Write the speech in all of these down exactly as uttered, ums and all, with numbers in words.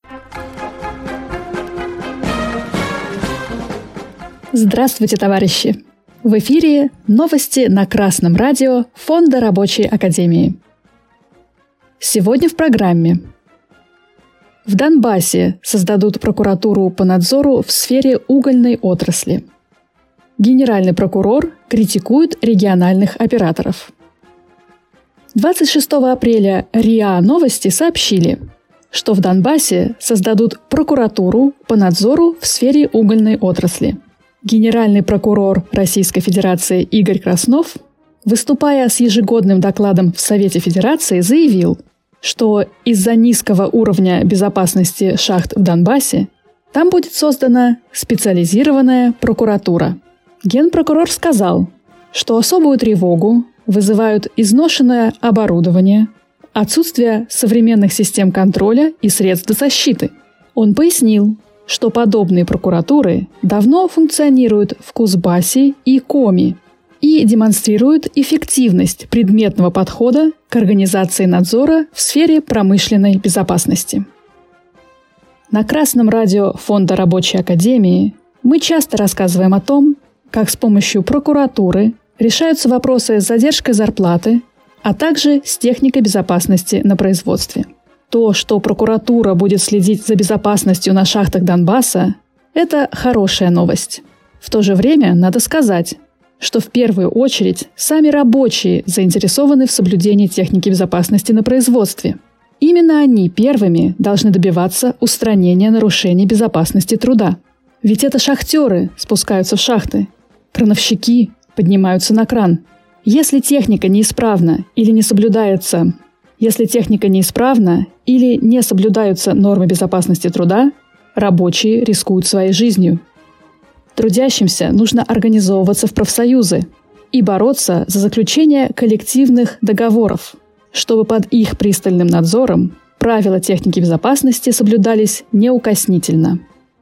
Здравствуйте, товарищи! В эфире новости на Красном радио Фонда Рабочей Академии. Сегодня в программе. В Донбассе создадут прокуратуру по надзору в сфере угольной отрасли. Генеральный прокурор критикует региональных операторов. двадцать шестого апреля РИА Новости сообщили, что в Донбассе создадут прокуратуру по надзору в сфере угольной отрасли. Генеральный прокурор Российской Федерации Игорь Краснов, выступая с ежегодным докладом в Совете Федерации, заявил, что из-за низкого уровня безопасности шахт в Донбассе там будет создана специализированная прокуратура. Генпрокурор сказал, что особую тревогу вызывают изношенное оборудование, отсутствие современных систем контроля и средств защиты. Он пояснил, что подобные прокуратуры давно функционируют в Кузбассе и Коми и демонстрируют эффективность предметного подхода к организации надзора в сфере промышленной безопасности. На Красном радио Фонда Рабочей Академии мы часто рассказываем о том, как с помощью прокуратуры решаются вопросы с задержкой зарплаты, а также с техникой безопасности на производстве. То, что прокуратура будет следить за безопасностью на шахтах Донбасса, это хорошая новость. В то же время надо сказать, что в первую очередь сами рабочие заинтересованы в соблюдении техники безопасности на производстве. Именно они первыми должны добиваться устранения нарушений безопасности труда. Ведь это шахтеры спускаются в шахты, крановщики поднимаются на кран. Если техника неисправна или не соблюдается Если техника неисправна или не соблюдаются нормы безопасности труда, рабочие рискуют своей жизнью. Трудящимся нужно организовываться в профсоюзы и бороться за заключение коллективных договоров, чтобы под их пристальным надзором правила техники безопасности соблюдались неукоснительно.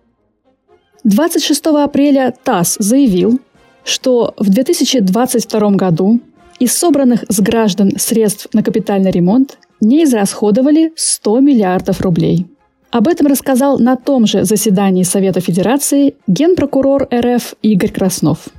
двадцать шестого апреля ТАСС заявил, что в две тысячи двадцать втором году из собранных с граждан средств на капитальный ремонт не израсходовали сто миллиардов рублей. Об этом рассказал на том же заседании Совета Федерации генпрокурор РФ Игорь Краснов.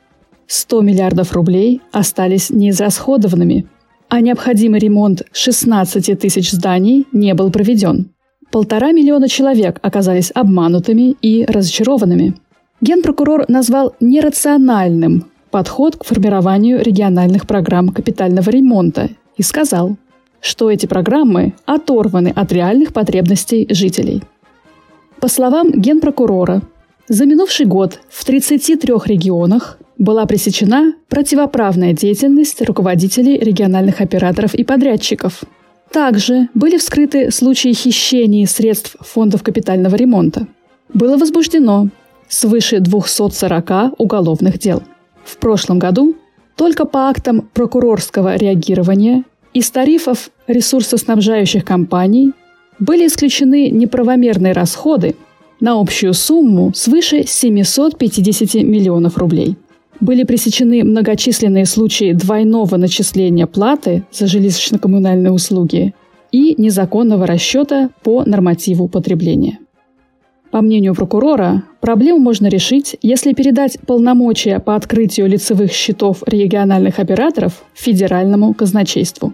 сто миллиардов рублей остались неизрасходованными, а необходимый ремонт шестнадцати тысяч зданий не был проведен. Полтора миллиона человек оказались обманутыми и разочарованными. Генпрокурор назвал нерациональным подход к формированию региональных программ капитального ремонта и сказал, что эти программы оторваны от реальных потребностей жителей. По словам генпрокурора, за минувший год в тридцати трёх регионах была пресечена противоправная деятельность руководителей региональных операторов и подрядчиков. Также были вскрыты случаи хищений средств фондов капитального ремонта. Было возбуждено свыше двухсот сорока уголовных дел. В прошлом году только по актам прокурорского реагирования из тарифов ресурсоснабжающих компаний были исключены неправомерные расходы на общую сумму свыше семисот пятидесяти миллионов рублей. Были пресечены многочисленные случаи двойного начисления платы за жилищно-коммунальные услуги и незаконного расчета по нормативу потребления. По мнению прокурора, проблему можно решить, если передать полномочия по открытию лицевых счетов региональных операторов федеральному казначейству.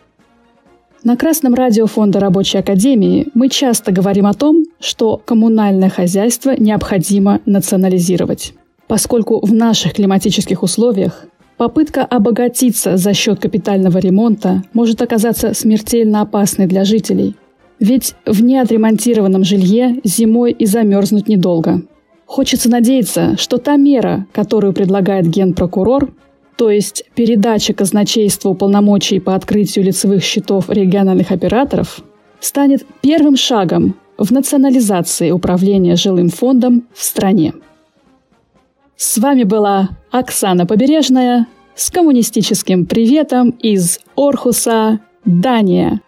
На Красном радио Фонда Рабочей Академии мы часто говорим о том, что коммунальное хозяйство необходимо национализировать, поскольку в наших климатических условиях попытка обогатиться за счет капитального ремонта может оказаться смертельно опасной для жителей. Ведь в неотремонтированном жилье зимой и замерзнуть недолго. Хочется надеяться, что та мера, которую предлагает генпрокурор, то есть передача казначейству полномочий по открытию лицевых счетов региональных операторов, станет первым шагом в национализации управления жилым фондом в стране. С вами была Оксана Побережная с коммунистическим приветом из Орхуса, Дания.